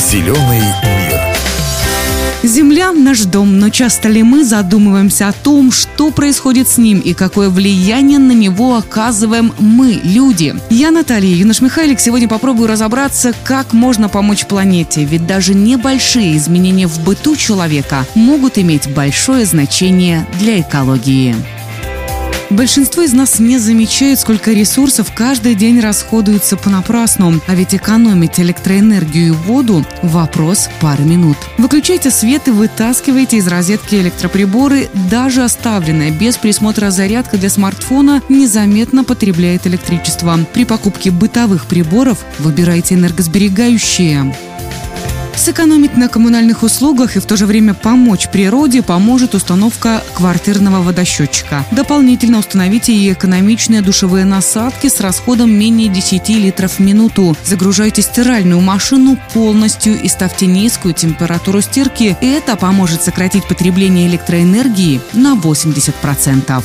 Зеленый мир. Земля – наш дом, но часто ли мы задумываемся о том, что происходит с ним и какое влияние на него оказываем мы, люди? Я, Наталья Юнош-Михайлик, сегодня попробую разобраться, как можно помочь планете, ведь даже небольшие изменения в быту человека могут иметь большое значение для экологии. Большинство из нас не замечает, сколько ресурсов каждый день расходуется понапрасну. А ведь экономить электроэнергию и воду – вопрос пары минут. Выключайте свет и вытаскивайте из розетки электроприборы. Даже оставленная без присмотра зарядка для смартфона незаметно потребляет электричество. При покупке бытовых приборов выбирайте энергосберегающие. Сэкономить на коммунальных услугах и в то же время помочь природе поможет установка квартирного водосчетчика. Дополнительно установите и экономичные душевые насадки с расходом менее 10 литров в минуту. Загружайте стиральную машину полностью и ставьте низкую температуру стирки. Это поможет сократить потребление электроэнергии на 80%.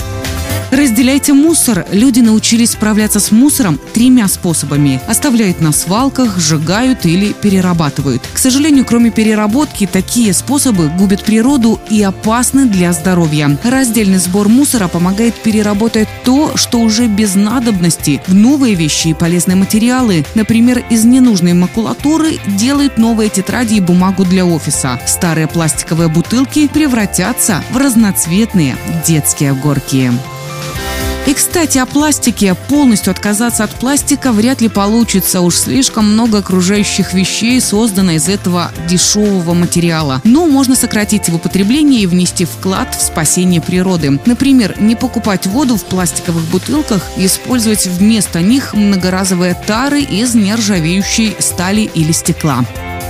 Разделяйте мусор. Люди научились справляться с мусором 3 способами. Оставляют на свалках, сжигают или перерабатывают. К сожалению, кроме переработки, такие способы губят природу и опасны для здоровья. Раздельный сбор мусора помогает переработать то, что уже без надобности, в новые вещи и полезные материалы. Например, из ненужной макулатуры делают новые тетради и бумагу для офиса. Старые пластиковые бутылки превратятся в разноцветные детские горки. И, кстати, о пластике. Полностью отказаться от пластика вряд ли получится. Уж слишком много окружающих вещей создано из этого дешевого материала. Но можно сократить его потребление и внести вклад в спасение природы. Например, не покупать воду в пластиковых бутылках и использовать вместо них многоразовые тары из нержавеющей стали или стекла.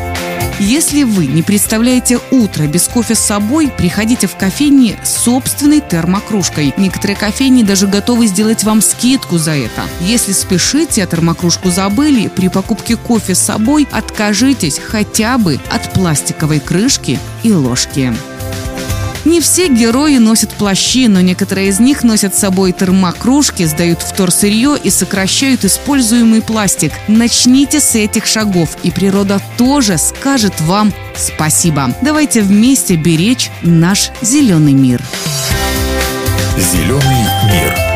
Если вы не представляете утро без кофе с собой, приходите в кофейни с собственной термокружкой. Некоторые кофейни даже готовы сделать вам скидку за это. Если спешите, а термокружку забыли, при покупке кофе с собой откажитесь хотя бы от пластиковой крышки и ложки. Не все герои носят плащи, но некоторые из них носят с собой термокружки, сдают вторсырье и сокращают используемый пластик. Начните с этих шагов, и природа тоже скажет вам спасибо. Давайте вместе беречь наш зеленый мир. Зеленый мир.